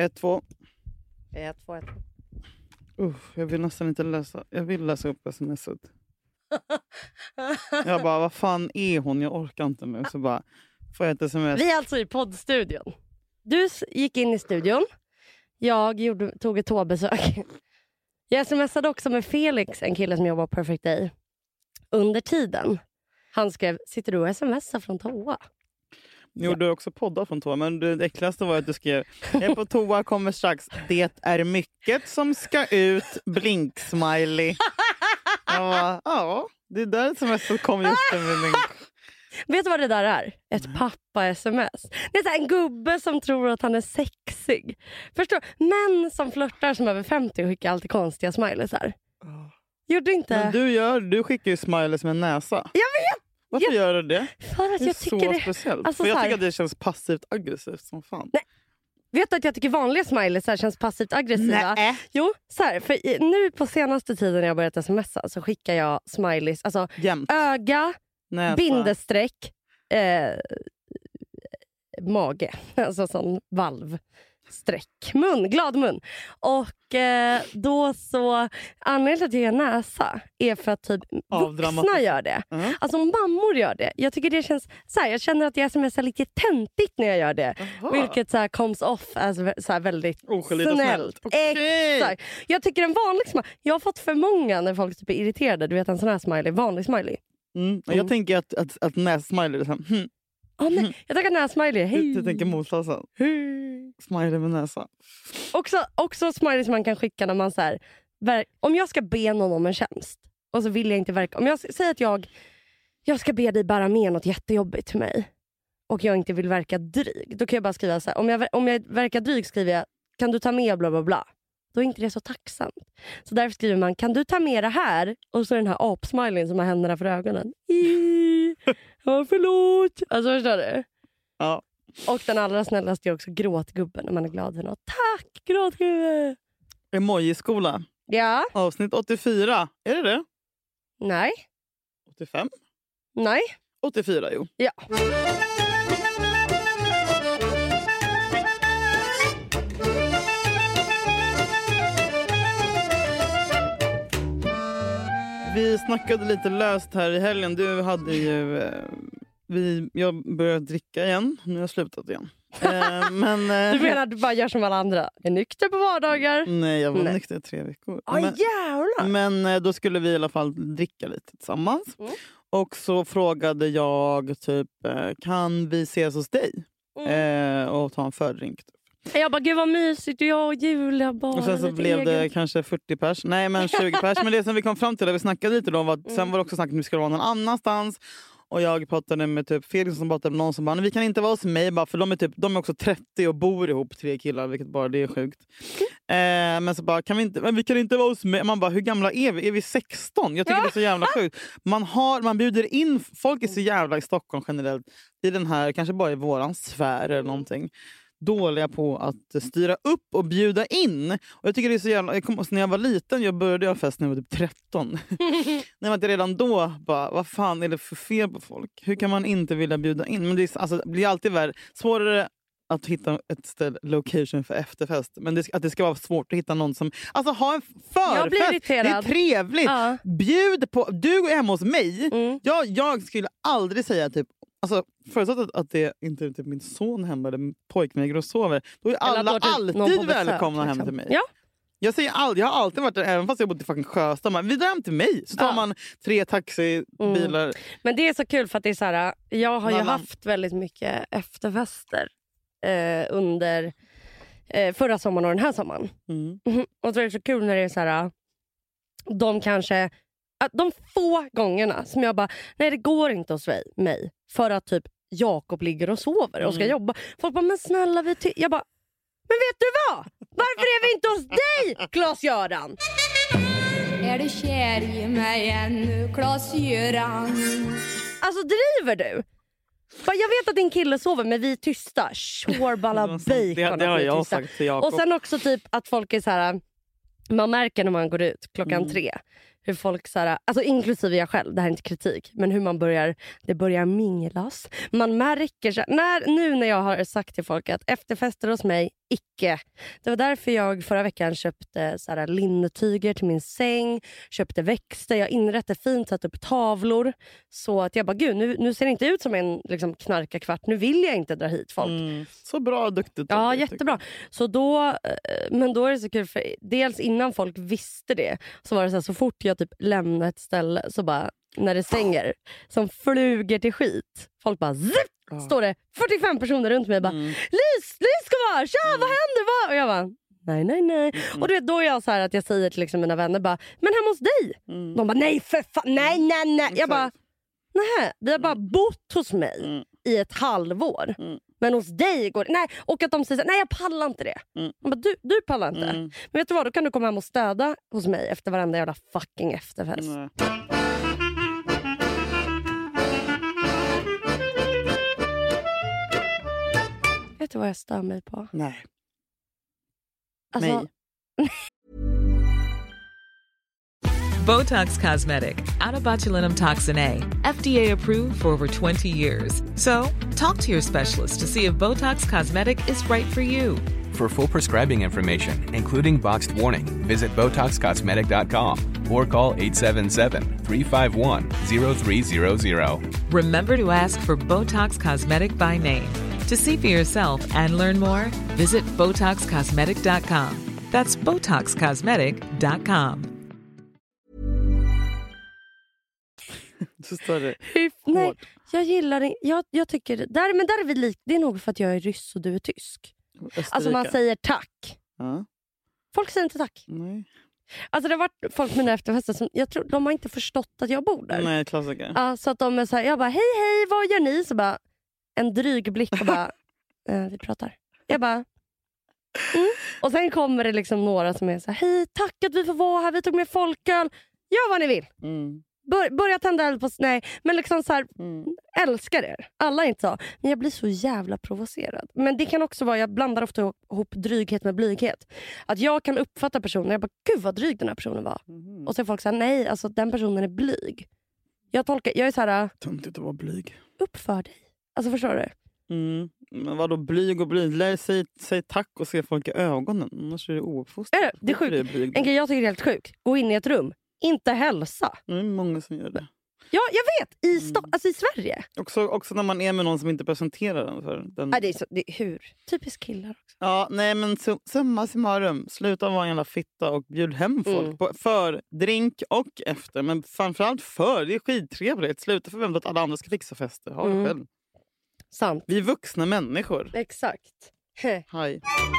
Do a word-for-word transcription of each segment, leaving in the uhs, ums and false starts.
Ett, två. Ett, två, ett. Uff, jag vill nästan inte läsa. Jag vill läsa upp smset. Jag bara, vad fan är hon? Jag orkar inte nu. Så bara, får jag ett sms. Vi är alltså i poddstudion. Du gick in i studion. Jag gjorde, tog ett toabesök. Jag smsade också med Felix, en kille som jobbar på Perfect Day. Under tiden. Han skrev, sitter du och smsar från toa? Nu gjorde du också poddar från toa, men det äckligaste var att du skrev, jag är på toa, kommer strax. Det är mycket som ska ut. Blink smiley. Jag bara, ja, det är där smset kom just en. Vet du vad det där är? Ett mm. pappa-sms. Det är så här en gubbe som tror att han är sexig. Förstår du? Män som flörtar som över femtio skickar alltid konstiga smileys här. Oh. Gjorde inte? Men du, gör, du skickar ju smileys med en näsa. Jag vet! Varför jag... gör du det? För att det är jag så tycker det... speciellt. Alltså, för jag här... tycker att det känns passivt aggressivt som fan. Nej. Vet du att jag tycker vanliga smileys här känns passivt aggressiva? Nej. Jo, så här, för nu på senaste tiden när jag börjat smsa så skickar jag smileys. Alltså Jämt. öga, näsa. Bindestreck, eh, mage. Alltså sån valv. Streck. Mun, glad mun. Och eh, då så anledningen till att jag gör näsa är för att typ vuxna gör det. Mm. Alltså mammor gör det. Jag tycker det känns så här, jag känner att jag smsar lite tentigt när jag gör det. Aha. Vilket så här comes off as så här väldigt oskyldigt snällt. Okay. Exakt. Jag tycker en vanlig smiley. Jag har fått för många när folk typ är irriterade. Du vet en sån här smiley, vanlig smiley. Mm. Mm. Jag tänker att, att, att nässmiley är så här, hm. Oh, nej. Jag tänker nässmiley. Hej. Jag tänker motsatsen. Hej. Smiley med näsa. Också, också smiley som man kan skicka när man så här, ver- om jag ska be någon om en tjänst och så vill jag inte verka. Om jag säger att jag jag ska be dig bära med något jättejobbigt till mig och jag inte vill verka dryg, då kan jag bara skriva så här, om jag, om jag verkar dryg skriver jag, kan du ta med bla bla bla. Då är inte det så tacksamt. Så därför skriver man, kan du ta med det här? Och så den här apsmileyn som har händerna för ögonen. Ja, förlåt. Alltså förstår du? Ja. Och den allra snällaste är också gråtgubben när man är glad för något. Tack, gråtgubbe! Emoji-skola. Ja. Avsnitt åttiofyra. Är det det? Nej. åttiofem? Nej. åttiofyra, jo. Ja. Vi snackade lite löst här i helgen. Du hade ju... Eh, vi, jag började dricka igen. Nu har jag slutat igen. Eh, men, eh, du menar att du bara gör som alla andra? Är nykter på vardagar? Nej, jag var nej. nykter i tre veckor. Aj, men, jävlar. men eh, då skulle vi i alla fall dricka lite tillsammans. Mm. Och så frågade jag typ, eh, kan vi ses hos dig? Mm. Eh, och ta en fördrink. Jag bara, gud vad mysigt. Och jag och Julia bara. Och sen så blev eget. det kanske fyrtio pers. Nej, men tjugo pers. Men det som vi kom fram till, det vi snackade lite om, var att mm. sen var det också snack om att vi skulle vara någon annanstans. Och jag pratade med typ Felix som pratade med någon som bara, vi kan inte vara hos mig bara, för de är typ, de är också trettio och bor ihop, tre killar, vilket bara det är sjukt. Mm. Eh, men så bara, kan vi inte, men vi kan inte vara hos mig. Man bara, hur gamla är vi? Är vi sexton? Jag tycker ja. det är så jävla sjukt. Man, har, man bjuder in, folk är så jävla i Stockholm generellt, i den här, kanske bara i våran sfär eller någonting, dåliga på att styra upp och bjuda in. Och jag tycker det är så jävla... Jag kom, när jag var liten, jag började ha fest när jag var typ tretton. när man inte redan då bara, vad fan är det för fel på folk? Hur kan man inte vilja bjuda in? Men det, är, alltså, det blir alltid värre. Svårare att hitta ett ställe, location för efterfest. Men det, att det ska vara svårt att hitta någon som... Alltså ha en förfest! Det är trevligt! Ja. Bjud på... Du är hemma hos mig. Mm. Jag, jag skulle aldrig säga typ... Alltså, förutsatt att, att det inte är typ min son hemma eller pojkvän ligger och sover, då är alla alltid välkomna hem till mig. Ja. Jag, säger all, jag har alltid varit där, även fast jag bott i fucking Sjöstad. Man, vi drar hem till mig, så tar ja. man tre taxibilar. Mm. Men det är så kul för att det är så här, jag har ju Nallan. haft väldigt mycket efterfester eh, under eh, förra sommaren och den här sommaren. Mm. Mm. Och så är det så kul när det är så här, de kanske... De få gångerna som jag bara, nej det går inte hos mig. För att typ Jakob ligger och sover och ska mm. jobba. Folk bara, men snälla vi ty-. Jag bara, men vet du vad? Varför är vi inte hos dig, Claes-Göran? Är du kär i mig ännu, Claes-Göran? Alltså driver du? Jag vet att din kille sover, men vi är tysta. Shorballa bacon. Det, det har jag sagt till Jakob. Och sen också typ att folk är så här, man märker när man går ut klockan mm. tre. hur folk så här, alltså inklusive jag själv, det här är inte kritik, men hur man börjar, det börjar minglas. Man märker så här, när, nu när jag har sagt till folk att efterfester hos mig, icke. Det var därför jag förra veckan köpte så här linnetyger till min säng, köpte växter, jag inrättade fint, satt upp tavlor. Så att jag bara, gud, nu, nu ser det inte ut som en liksom, knarkarkvart. Nu vill jag inte dra hit folk. Mm. Så bra, duktigt. Ja, det, jättebra. Så då, men då är det så kul, för dels innan folk visste det, så var det så här, så fort jag typ lämnade ett ställe, så bara, när det stänger, som fluger till skit. Folk bara, zipp! Oh. Står det fyrtiofem personer runt mig och bara, mm. Lis, Lis ska vara, tja, mm. vad händer? Vad? Och jag bara, nej, nej, nej. Mm. Och du vet, då är jag så här att jag säger till liksom mina vänner bara, men hemma hos dig? Mm. De bara, nej för fan, nej, nej, nej. Jag bara, nej, vi har bara bott hos mig mm. i ett halvår. Mm. Men hos dig går det, nej. Och att de säger, nej jag pallar inte det. Mm. De bara, du, du pallar inte. Mm. Men vet du vad, då kan du komma hem och städa hos mig efter varenda jävla fucking efterfest. Mm. Vet du vad jag stör mig på? Nej. Alltså... Nej. Botox Cosmetic, out of botulinum toxin A, F D A approved for over twenty years. So, talk to your specialist to see if Botox Cosmetic is right for you. For full prescribing information, including boxed warning, visit Botox Cosmetic dot com or call eight seven seven, three five one, zero three zero zero. Remember to ask for Botox Cosmetic by name. To see for yourself and learn more, visit Botox Cosmetic dot com. That's Botox Cosmetic dot com. Så står det. Nej, jag gillar det. Jag, jag tycker det. Där, men där är vi lik. Det är nog för att jag är ryss och du är tysk. Österrika. Alltså man säger tack. Ja. Folk säger inte tack. Nej. Alltså det har varit folk med mina efterfester som jag tror de har inte förstått att jag bor där. Nej, klassiker. Ja, så att de är så här, jag bara, hej hej, vad gör ni? Så bara, en dryg blick och bara, eh, vi pratar. Jag bara, mm. Och sen kommer det liksom några som är så här, hej, tack att vi får vara här, vi tog med folköl. Gör vad ni vill. Mm. Bör, börja tända eld på, nej, men liksom så här, mm. älskar er. Alla är inte så. Men jag blir så jävla provocerad. Men det kan också vara, jag blandar ofta ihop dryghet med blyghet. Att jag kan uppfatta personen, jag bara, gud vad dryg den här personen var. Mm. Och så är folk så här, nej, alltså den personen är blyg. Jag tolkar, jag är så här, töntigt att vara blyg. Uppför dig. Alltså förstår du? Mm. Men vadå blyg och blyg? Lär sig, säg tack och se folk i ögonen. Annars är det ouppfostrat. Är det, det är sjukt. En grej jag tycker är helt sjuk. Gå in i ett rum. Inte hälsa. Det är många som gör det. Ja, jag vet. I, sta- mm. alltså i Sverige. Också, också när man är med någon som inte presenterar den. För den... Ja, det är så, det är hur? Typiskt killar också. Ja, nej men summa summarum. Sluta vara en jävla fitta och bjud hem folk. Mm. På, för drink och efter. Men framförallt för. Det är skittrevligt. Sluta förvänta att alla andra ska fixa fester. Ha det mm. själv. Sant. Vi är vuxna människor. Exakt. Hej.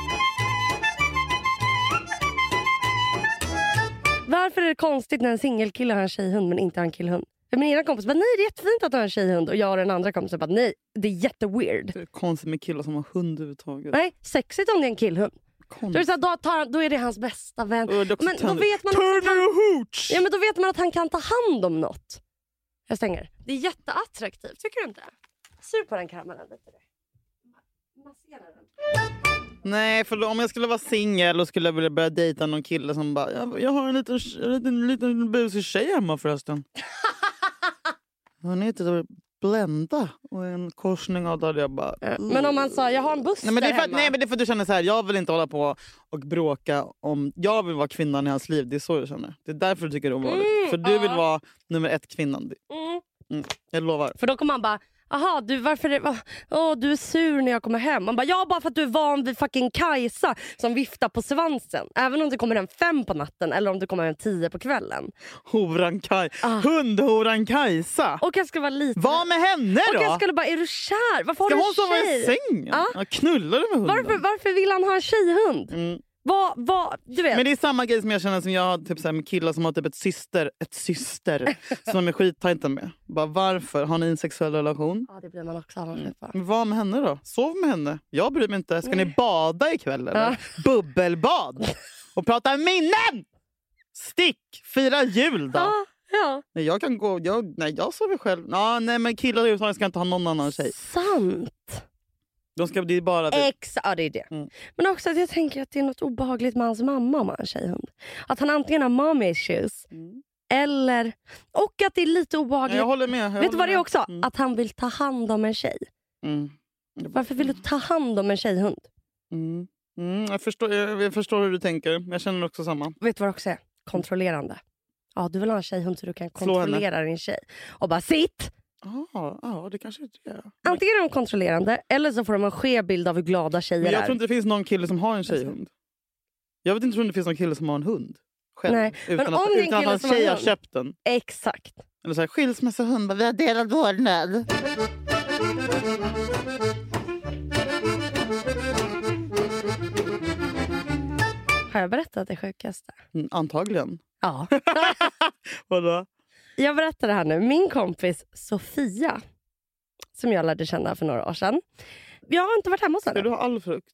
Varför är det konstigt när en singelkille har en tjejhund men inte har en killhund? För min ena kompis bara, nej det är jättefint att du har en tjejhund. Och jag och den andra kompisen bara, nej det är jätteweird. Det är konstigt med killar som har hund överhuvudtaget. Nej, sexigt om det är en killhund. Då är, det så här, då, tar, då är det hans bästa vän. Men då vet, man att han, ja, men då vet man att han kan ta hand om något. Jag stänger. Det är jätteattraktivt, tycker du inte? Sug på den karamellen lite. Massera den. Nej, för om jag skulle vara singel och skulle vilja börja dejta någon kille som bara, jag, jag har en liten, en liten, liten busig tjej hemma förresten. Hon heter Blenda och en korsning av där jag bara... Uh. Men om man sa, jag har en buss nej, men det är för, hemma. Nej, men det är för att du känner så här, jag vill inte hålla på och bråka om... Jag vill vara kvinnan i hans liv, det är så jag känner. Det är därför du tycker det är ovanligt. Mm, för du vill uh. vara nummer ett kvinnan. Mm. Mm, jag lovar. För då kommer man bara... Aha, du, varför är, va, oh, du är sur när jag kommer hem. Man bara, ja, bara för att du är van vid fucking Kajsa som viftar på svansen. Även om du kommer hem fem på natten eller om du kommer hem tio på kvällen. Horan Kajsa. Ah. Hundhoran Kajsa. Och jag skulle vara lite... Vad med henne då? Och jag skulle bara, är du kär? Varför ska har du hon sova i sängen? Ah? Jag knullar med hunden. Varför, varför vill han ha en tjejhund? Mm. Vad, vad, du vet. Men det är samma grej som jag känner som jag har typ så här, med killar som har typ ett syster, ett syster som de är skittajta med. Bara, varför? Har ni en sexuell relation? Ja, det blir man också mm. Men vad med henne då? Sov med henne. Jag bryr mig inte. Ska Nej. ni bada ikväll eller? Ja. Bubbelbad. Och prata minnen! Stick! Fira jul då. Ja, ja. Nej, jag kan gå. Jag, nej, jag sover själv. Ja, nej, men killar ska inte ha någon annan tjej. Sant. De ska bli bara... Exakt, ja, det är det. Mm. Men också att jag tänker att det är något obehagligt med hans mamma om han har en tjejhund. Att han antingen har mom issues mm. Eller, och att det är lite obehagligt. Jag håller med. Jag Vet du håller vad det är med. också? Mm. Att han vill ta hand om en tjej. Mm. Varför vill du ta hand om en tjejhund? Mm. Mm. Jag, förstår, jag, jag förstår hur du tänker. Jag känner också samma. Vet du vad det också är? Kontrollerande. Ja, du vill ha en tjejhund så du kan Slå kontrollera din tjej. Och bara, sitt! Ja, ah, det kanske inte är. Antingen är de kontrollerande eller så får de en skev bild av hur glada tjejer Men jag är. tror inte det finns någon kille som har en tjejhund. Jag vet inte om det finns någon kille som har en hund. Själv. Nej, men Utan om att, det är en utan att kille hans som har tjej en har hund. köpt den. Exakt. Eller så här, skilsmässohund, vi har delat vårdnad. Har jag berättat det sjukaste? Mm, antagligen. Ja. Vadå? Jag berättar det här nu. Min kompis Sofia, som jag lärde känna för några år sedan. Jag har inte varit hemma hos Ska henne. du ha all frukt?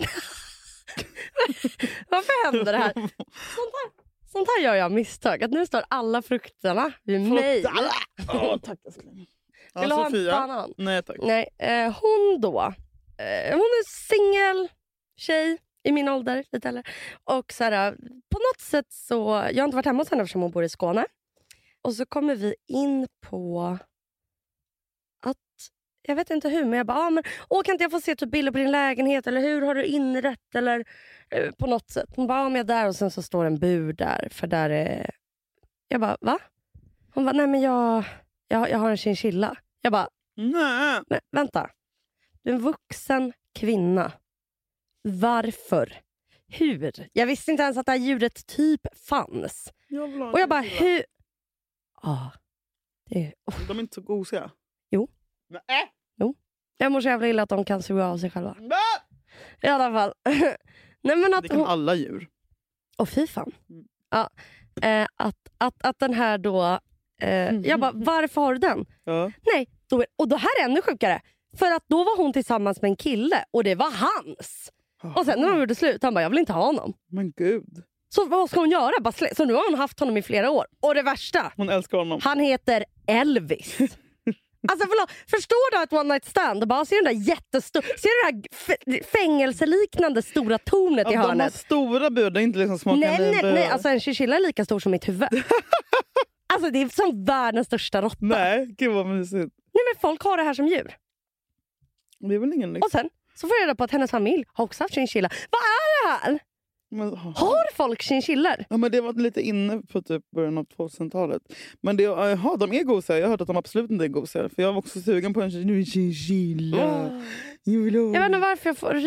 Varför händer det här? Sånt här, sånt här gör jag misstag. Att nu står alla frukterna vid mig. Åh, tack älskling. Ja, Vill du ha en Sofia? banan? Nej tack. Nej, eh, hon då. Eh, hon är singel tjej i min ålder, lite äldre. Och så här, på något sätt så... Jag har inte varit hemma hos henne eftersom hon bor i Skåne. Och så kommer vi in på att... Jag vet inte hur, men jag bara... Ah, men, åh, kan inte jag få se typ bilder på din lägenhet? Eller hur har du inrett? Eller eh, på något sätt. Hon bara, ah, men jag är där. Och sen så står en bur där. För där är... Jag bara, va? Hon bara, nej men jag... Jag, jag har en chinchilla. Jag bara, Nej. nej, vänta. Du är en vuxen kvinna. Varför? Hur? Jag visste inte ens att det här djuret typ fanns. Jag vill ha en Och jag bara, chinchilla. hur? Ah, det är... oh. De är inte så gosiga. Jo. Nej. Jag mår så jävla illa att de kan suga av sig själva. Nej. I alla fall. Nej, men att Det kan hon... alla djur. Åh, fy fan. Mm. Ja, eh, att, att, att den här då... Eh, jag bara, varför har du den? Ja. Nej, då är, och det här är ännu sjukare. För att då var hon tillsammans med en kille och det var hans. Och sen när de gjorde slut, han bara, jag vill inte ha honom. Men gud. Så vad ska hon göra? Bara slä- så nu har hon haft honom i flera år. Och det värsta, Hon älskar honom. han heter Elvis. Alltså förlåt, förstår du att one night stand och bara ser den där jättestora, ser du det här f- fängelseliknande stora tornet i Ja, de har hörnet? stora bur, det är inte liksom små Nej, nej, kaniner. nej, alltså en chinchilla är lika stor som mitt huvud. Alltså det är som världens största råtta. Nej. Nej, gud vad mysigt. Men folk har det här som djur. Det är väl ingen liksom. Och sen så får jag reda på att hennes familj har också haft chinchilla. Vad är det här? Men, Har folk chinchillor? ja, men det var lite inne på typ början av tvåtusentalet. Men det, jaha, de är gosiga. Jag har hört att de absolut inte är gosiga. För jag var också sugen på en chin- chinchilla. Jag vill ha- Jag vet inte varför jag får...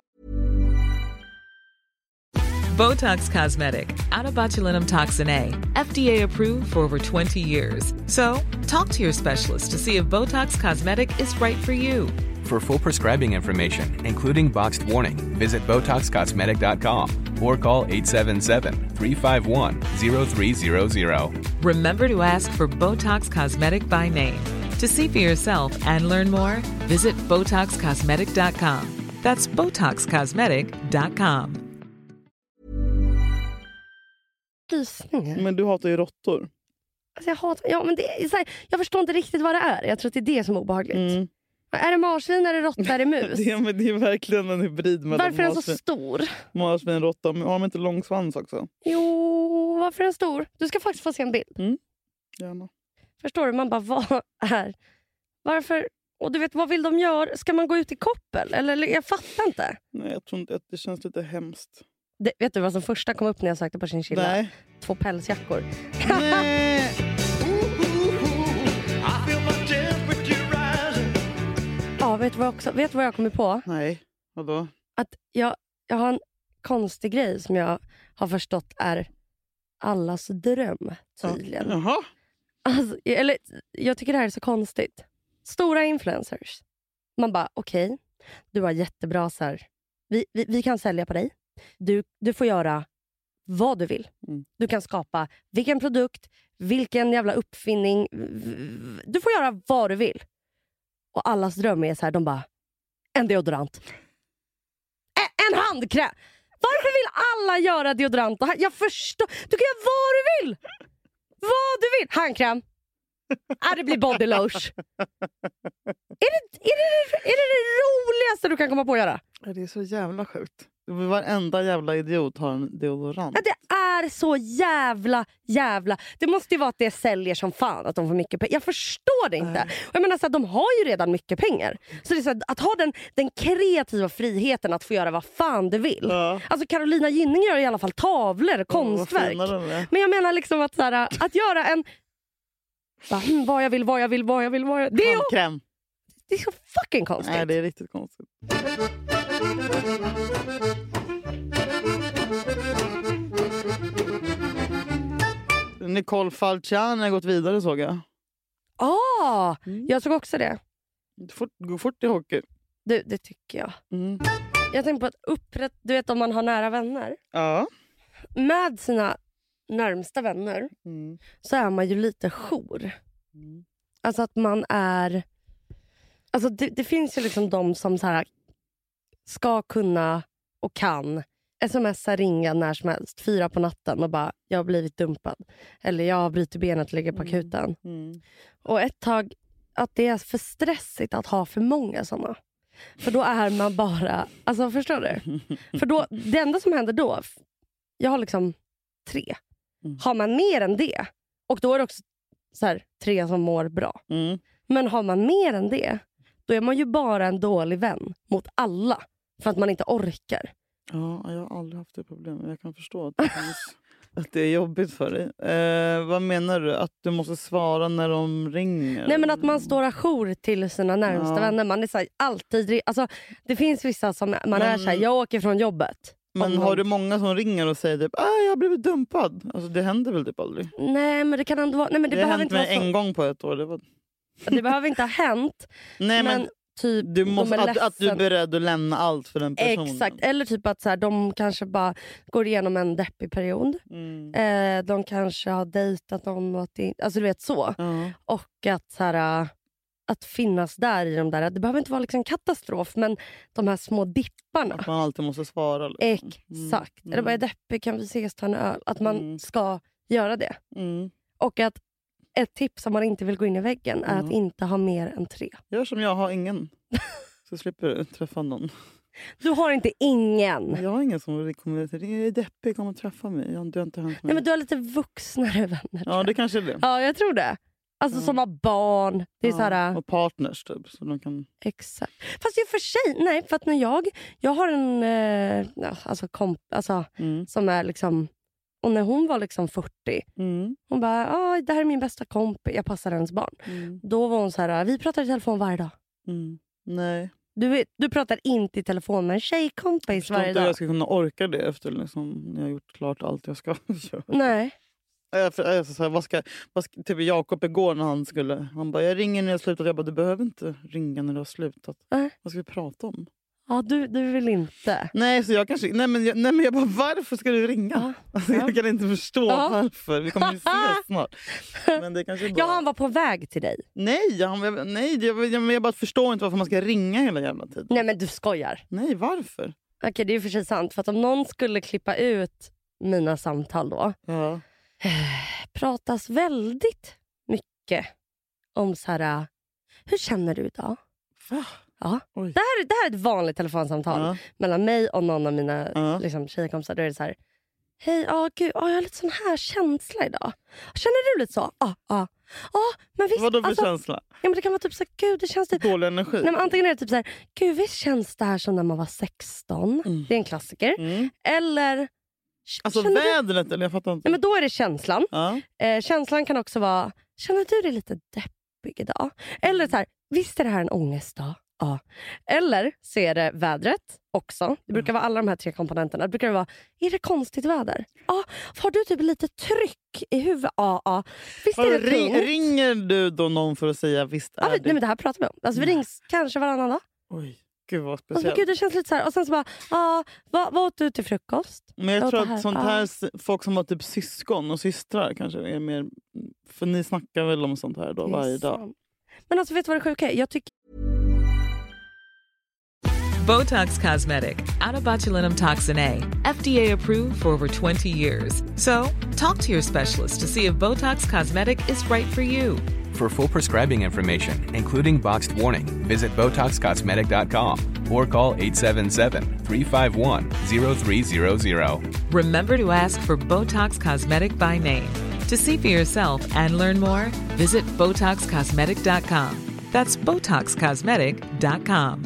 Botox Cosmetic, out of botulinum toxin A, F D A approved for over twenty years. So, talk to your specialist to see if Botox Cosmetic is right for you. For full prescribing information, including boxed warning, visit Botox Cosmetic dot com or call eight seven seven, three five one, zero three zero zero. Remember to ask for Botox Cosmetic by name. To see for yourself and learn more, visit Botox Cosmetic dot com. That's Botox Cosmetic dot com. Rysningar. Men du hatar ju råttor. Alltså jag, hatar, ja, men det är så här, jag förstår inte riktigt vad det är. Jag tror att det är det som är obehagligt. Mm. Är det marsvin, är det råtta, är det mus? Det, är, men det är verkligen en hybrid mellan Varför är den så marsvin, stor? marsvin och råtta. Men har de inte lång svans också? Jo, varför är den stor? Du ska faktiskt få se en bild. Gärna. Förstår du? Man bara, vad är... Varför? Och du vet, vad vill de göra? Ska man gå ut i koppel? Eller jag fattar inte. Nej, jag tror inte att det känns lite hemskt. Det, vet du vad som första kom upp när jag sökte på chinchilla? Nej. Två pälsjackor. Nej. Ja, vet du vad jag, också, vet du vad jag kommer på? Nej, vadå? Att jag, jag har en konstig grej som jag har förstått är allas dröm, tydligen. Jaha. Alltså, eller, jag tycker det här är så konstigt. Stora influencers. Man bara, okej, okay, du har jättebra så här. Vi, vi, vi kan sälja på dig. Du, du får göra vad du vill. Mm. Du kan skapa vilken produkt, vilken jävla uppfinning. Du får göra vad du vill. Och allas dröm är så här, de bara, en deodorant. En, en handkräm. Varför vill alla göra deodorant? Jag förstår. Du kan göra vad du vill. Vad du vill. Handkräm. Ah, det blir body lotion. Är det, är, det, är det det roligaste du kan komma på att göra? Det är så jävla sjukt. Varenda jävla idiot har en deodorant. Ja, det är så jävla, jävla... Det måste ju vara att det säljer som fan att de får mycket pengar. Jag förstår det inte. Och jag menar så här, de har ju redan mycket pengar. Så det är så här, att ha den, den kreativa friheten att få göra vad fan du vill. Ja. Alltså Carolina Gynning gör i alla fall tavlor, konstverk. Vad Men jag menar liksom att, så här, att göra en... Bara, hm, vad jag vill, vad jag vill, vad jag vill, vad jag vill. Det är, Handkräm. det är så fucking konstigt. Nej, det är riktigt konstigt. Nicole Falciani har gått vidare, såg jag. Ah, Mm. jag såg också det. Fort, gå fort i hockey. Du, det tycker jag. Mm. Jag tänkte på att upprätt... Du vet om man har nära vänner. Ja. Med sina närmsta vänner Mm. så är man ju lite jour. Mm. Alltså att man är... Alltså det, det finns ju liksom de som så här ska kunna och kan smsa, ringa när som helst. Fyra på natten och bara, jag har blivit dumpad. Eller jag har brutit benet och ligger på akuten. Mm. Och ett tag att det är för stressigt att ha för många såna. För då är man bara... Alltså förstår du? För då, det enda som händer då... Jag har liksom tre. Mm. Har man mer än det... Och då är det också så här, tre som mår bra. Mm. Men har man mer än det... Då är man ju bara en dålig vän mot alla. För att man inte orkar. Ja, jag har aldrig haft det problemet. Jag kan förstå att det, finns, att det är jobbigt för dig. Eh, vad menar du? Att du måste svara när de ringer? Nej, men att man står ajour till sina närmsta Ja. vänner. Man är så här, alltid... Alltså, det finns vissa som man Men- är så här, jag åker från jobbet. Men Om har någon- du många som ringer och säger typ, ah, jag har blivit dumpad? Alltså det händer väl typ aldrig? Nej, men det kan ändå vara... Nej, men det, Det, har behöver hänt inte vara mig så. en gång på ett år. Det, var... Det behöver inte ha hänt. Nej, men, men typ, du de måste, är att, att du är ledsen. beredd att lämna allt för den personen. Exakt. Eller typ att så här, de kanske bara går igenom en deppig period. Mm. Eh, de kanske har dejtat någon. Och att det, alltså du vet så. Ja. Och att, så här, äh, att finnas där i de där. Det behöver inte vara liksom katastrof. Men de här små dipparna. Att man alltid måste svara. Liksom. Exakt. Mm. Eller bara är deppig, kan vi ses ta en öl? Att man Mm. ska göra det. Mm. Och att ett tips om man inte vill gå in i väggen är Mm. att inte ha mer än tre. Gör som jag, har ingen. Så slipper du träffa någon. Du har inte ingen. Jag har ingen som kommer till dig. Jag är deppig, kom och träffa mig. Jag har inte hänt mig. Nej, men du har lite vuxnare vänner. Ja, det kanske är det. Ja, jag tror det. Alltså Ja. som har barn. Det är Ja, så här, och partners typ. Så de kan... exakt. Fast i och för sig, nej. För att när jag, jag har en eh, ja, alltså komp, alltså, Mm. som är liksom, och när hon var liksom fyrtio, Mm. hon bara, ah, det här är min bästa kompis, jag passar hennes barn. Mm. Då var hon så här, vi pratar i telefon varje dag. Mm. Nej. Du, vet, du pratar inte i telefon med en tjejkompis Förstår varje inte hur dag. jag ska kunna orka det efter liksom, när jag har gjort klart allt jag ska göra. Nej. Jag, för, jag, så här, vad ska, vad ska, typ Jakob igår när han skulle... Han bara, jag ringer när jag har slutat. Jag bara, du behöver inte ringa när du har slutat. Nej. Vad ska vi prata om? Ja, du, du vill inte. Nej, så jag kanske... Nej, men jag, nej, men jag bara, varför ska du ringa? Ja. Alltså, Ja. jag kan inte förstå Ja. varför. Vi kommer ju ses snart. Men det kanske är bara... Ja, han var på väg till dig. Nej, han, jag, nej jag, jag, jag bara förstår inte varför man ska ringa hela jävla tiden. Nej, men du skojar. Nej, varför? Okej, det är ju för sig sant. För att om någon skulle klippa ut mina samtal då. Ja. Pratas väldigt mycket om så här, hur känner du idag? Va? Ja. Oj. Det här, det här är ett vanligt telefonsamtal Ja. mellan mig och någon av mina Ja. liksom, tjejkompisar. Då är det så här, hej, ah, gud, ah, jag har lite sån här känsla idag. Känner du lite så? Ja, ah, ah. ah, men visst. Vadå för alltså, känsla? ja, men det kan vara typ så här, gud, det känns typ... Dålig energi? Nej, men antingen är det typ så här, gud, visst känns det här som när man var sexton. Mm. Det är en klassiker. Mm. Eller... Alltså känner du- vädret, eller jag fattar inte. Nej, men då är det känslan. Ja. Eh, känslan kan också vara, känner du dig lite deppig idag? Eller så här, visst är det här en ångestdag? Ja. Eller så är det vädret också. Det brukar vara alla de här tre komponenterna. Det brukar vara, är det konstigt väder? Ja. Har du typ lite tryck i huvudet? Ja. ja. Visst är det Alltså, ring, tungt? ringer du då någon för att säga visst Ja, är vi, det? nej, men det här pratar vi om. Alltså, vi rings kanske varannan dag. Oj, gud vad Och så, speciellt. gud, det känns lite så här. Och sen så bara, ja, vad, vad åt du till frukost? Men jag åt tror det att sånt Ja. här, s- folk som har typ syskon och systrar kanske är mer... För ni snackar väl om sånt här då Det är varje dag? sant. Men alltså, vet du vad det sjuka är? Jag tycker Botox Cosmetic, out of botulinum toxin A, F D A approved for over twenty years. So, talk to your specialist to see if Botox Cosmetic is right for you. For full prescribing information, including boxed warning, visit Botox Cosmetic dot com or call eight seven seven, three five one, zero three zero zero. Remember to ask for Botox Cosmetic by name. To see for yourself and learn more, visit Botox Cosmetic dot com. That's Botox Cosmetic dot com.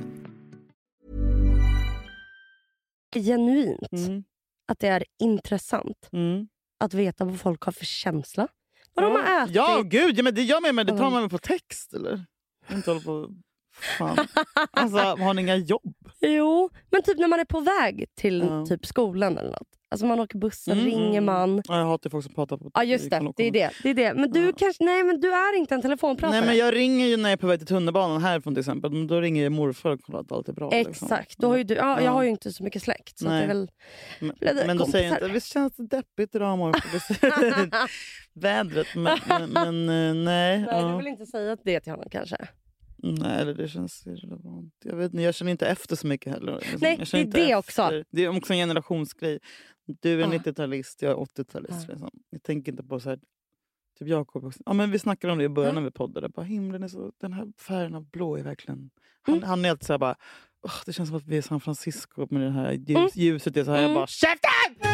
Genuint. Mm. Att det är intressant Mm. att veta vad folk har för känsla. Vad de har ätit. Ja, gud, ja, men det gör mig, men det tar man med på text, eller? Inte hålla på... Fan. Alltså, har ni inga jobb? Jo, men typ när man är på väg till Ja. typ skolan eller något. Alltså man åker bussen, Mm, ringer mm. man. Ja, jag hatar folk som pratar på... Ja just det, det är det. det, är det. Men du Ja. kanske, nej men du är inte en telefonpratare. Nej, men jag ringer ju när jag är på väg till tunnelbanan härifrån till exempel. Men då ringer jag morfar och kollar att allt är bra. Exakt, liksom. då har ju du, ja, Ja. jag har ju inte så mycket släkt. Så att det Nej. är väl, Men, blir det men då säger jag kompisar. inte, visst känns det deppigt idag morfar? Vädret, men, men, men eh, nej. Nej, ja. du vill inte säga det till honom kanske. Nej, eller det känns irrelevant. Jag vet inte, jag känner inte efter så mycket heller. Liksom. Nej, jag känner det är inte det också. efter. Det är också en generationsgrej. Du är Ja. nittiotalist, jag är åttiotalist. Ja. Liksom. Jag tänker inte på så här... Typ Jakob också. Ja, men vi snackade om det i början Ja. när vi poddade. Bara, himlen är så... Den här färgen av blå är verkligen... Han, Mm. han är alltid så här bara... "Åh, det känns som att vi är i San Francisco med det här ljus, Mm. ljuset. Är så här. Mm. Jag bara, käften!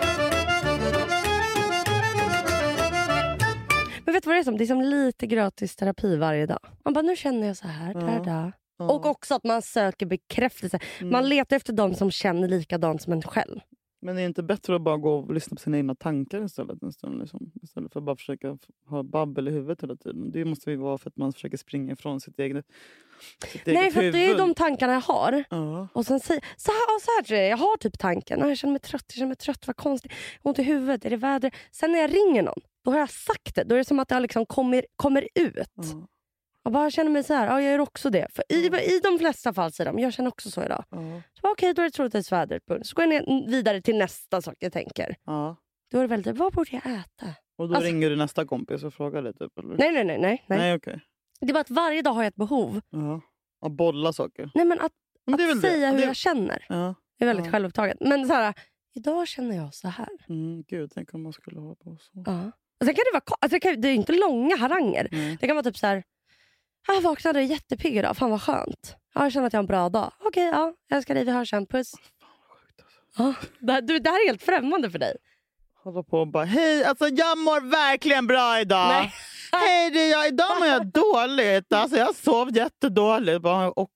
Men vet du vad det är som? Det är som lite gratis terapi varje dag. Man bara, nu känner jag så här. Ja. Där, där. Ja. Och också att man söker bekräftelse. Mm. Man letar efter de som känner likadant som en själv. Men det är inte bättre att bara gå och lyssna på sina egna tankar istället en stund, liksom. Istället för att bara försöka f- ha babbel i huvudet hela tiden. Det måste ju vara för att man försöker springa ifrån sitt eget, sitt Nej, eget för att huvud. det är ju de tankarna jag har. Ja. Och sen säger så här, ja, så här tror jag, jag har typ tanken. Ja, jag känner mig trött, jag känner mig trött, vad konstigt. Ont i huvudet, är det väder? Sen när jag ringer någon, då har jag sagt det. Då är det som att det liksom kommer, kommer ut. Ja. Jag bara jag känner mig så här, ja jag gör också det. För i, i de flesta fall säger de, jag känner också så idag. Ja. Så bara, okej, då är det troligtvis vädret. Så går jag ner, vidare till nästa sak jag tänker. Ja. Då är det väldigt, vad borde jag äta? Och då Alltså- ringer du nästa kompis och frågar det typ, eller? Nej, nej, nej. nej, nej. Nej, okej. Det är bara att varje dag har jag ett behov. Ja. Att bolla saker. Nej, men att, Men det är att väl säga det. hur det... jag känner. Ja. Det är väldigt Ja. självupptaget. Men så här, idag känner jag så här. Mm, gud, tänk om man skulle ha på så. Ja. Och sen kan det vara, ko- alltså det, kan, det är inte långa haranger. Nej. Det kan vara typ så här, jag vaknade jättepigg idag, fan vad skönt. Ja, jag känner att jag har en bra dag. Okej, ja, jag älskar dig, vi hörs sen, puss. Fan vad sjukt alltså. Ja, det, här- du, det här är helt främmande för dig. Hålla på och bara, hej, alltså jag mår verkligen bra idag. Nej. Hej, det är jag, idag mår jag dåligt. Alltså jag sov jättedåligt. Bara, och...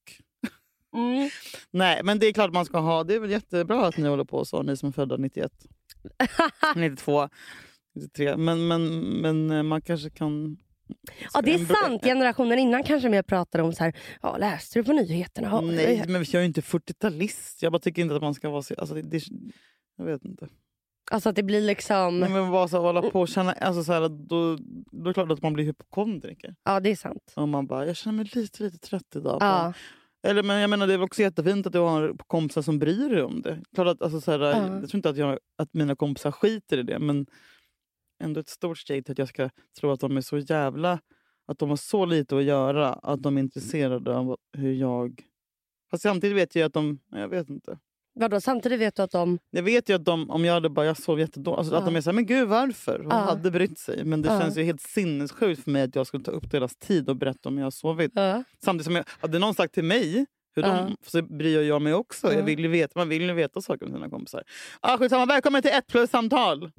Mm. Nej, men det är klart man ska ha. Det är väl jättebra att ni håller på så, ni som är födda nittioett. nittiotvå, nittiotre. Men, men, men man kanske kan... Ja, det är En bra- sant. Generationen innan kanske mer pratade om så här, ja, läste du på nyheterna? Ja, Nej, men jag är ju inte fyrtiotalist. Jag bara tycker inte att man ska vara så... Alltså, det, det, jag vet inte. Alltså att det blir liksom, Nej, men bara så här, hålla på och känna... Alltså, så här, då, då är det klart att man blir hypokondriker. ja det är sant. Och man bara, jag känner mig lite, lite trött idag. Ja. Eller, men jag menar, det är också jättefint att du har kompisar som bryr dig om det. Klart att, alltså, så här, Ja. Jag tror inte att, jag, att mina kompisar skiter i det. Men ändå ett stort steg till att jag ska tro att de är så jävla... Att de har så lite att göra. Att de är intresserade av hur jag... Fast samtidigt vet jag att de... Jag vet inte. Vadå, samtidigt vet du att de, Jag vet ju att de, om jag hade bara, jag sov jättedåligt. Alltså, Ja. Att de är såhär, men gud varför? Och Ja. hade brytt sig. Men det Ja. känns ju helt sinnessjukt för mig att jag skulle ta upp deras tid och berätta om jag har sovit. ja. Samtidigt som jag, hade någon sagt till mig hur Ja. de, så bryr jag mig också. Ja. Jag vill ju veta, man vill ju veta saker om sina kompisar. Ah, skitsamma, välkommen till ett plus-samtal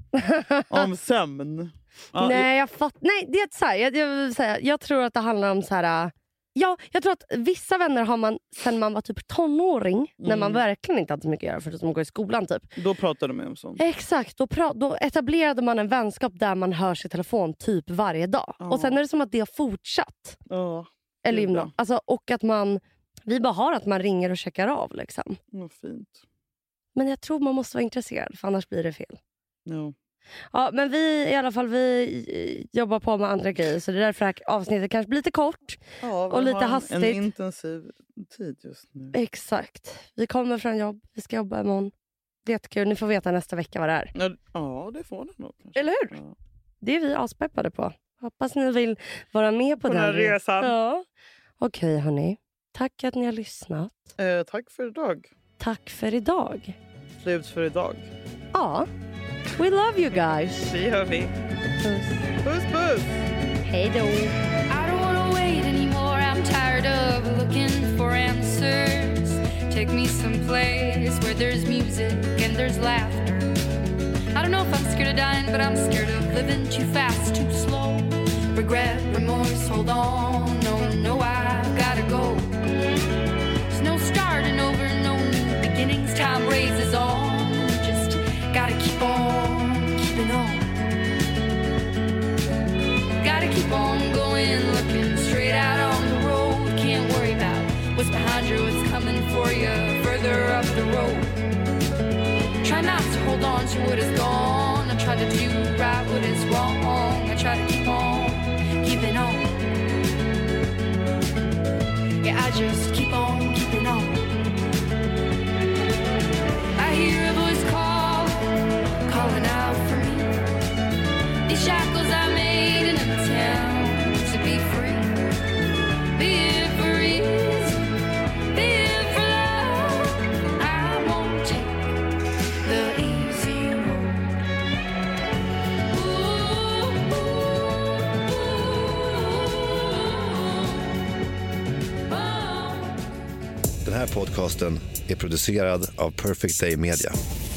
om sömn. Ah, Nej, jag fatt... Nej, det är så här, jag, jag, vill säga, jag tror att det handlar om så här. Ja, jag tror att vissa vänner har man sen man var typ tonåring. När man Mm. verkligen inte hade så mycket att göra för att man går i skolan typ. Då pratar du med om sånt. Exakt, då, pra- då etablerade man en vänskap där man hörs i telefon typ varje dag. Ja. Och sen är det som att det har fortsatt. Ja, Eller, Gud, no- ja. alltså, och att man, vi bara har att man ringer och checkar av. Liksom. vad fint. Men jag tror man måste vara intresserad för annars blir det fel. Ja. Ja, men vi i alla fall vi eh, jobbar på med andra grejer. Så det är därför det här avsnittet kanske blir lite kort. Ja, vi Och lite har en, hastigt. en intensiv tid just nu. Exakt. Vi kommer från jobb. Vi ska jobba imorgon. Det är jättekul. Ni får veta nästa vecka vad det är. Ja, ja, det får det nog. Kanske. Eller hur? Ja. Det är vi aspeppade på. Hoppas ni vill vara med på, På den här re- resan. Ja. Okej hörni. Tack att ni har lyssnat. Eh, tack för idag. Tack för idag. Slut för idag. Ja. We love you guys. Det gör vi. Puss. Puss, puss! Hej då. I don't wanna wait anymore. I'm tired of looking for answers. take me someplace where there's music and there's laughter. I don't know if I'm scared of dying, but I'm scared of living too fast, too slow. Regret, remorse, hold on, no, no, I gotta go. There's no starting over, no new beginnings, time raises on. Just gotta keep on, keeping on. Gotta keep on going, looking straight out on the road. Can't worry about what's behind you, what's coming for you further up the road. Try not to hold on to what is gone. I try to do right what is wrong. I try to keep on, keeping on. Yeah, I just keep on, keeping on. I hear a voice call, calling out for me. These shackles I made in a town to be free. Be it for ease, be it for love. I won't take the easy road. Ooh, ooh, ooh, oh. Den här podcasten är producerad av Perfect Day Media.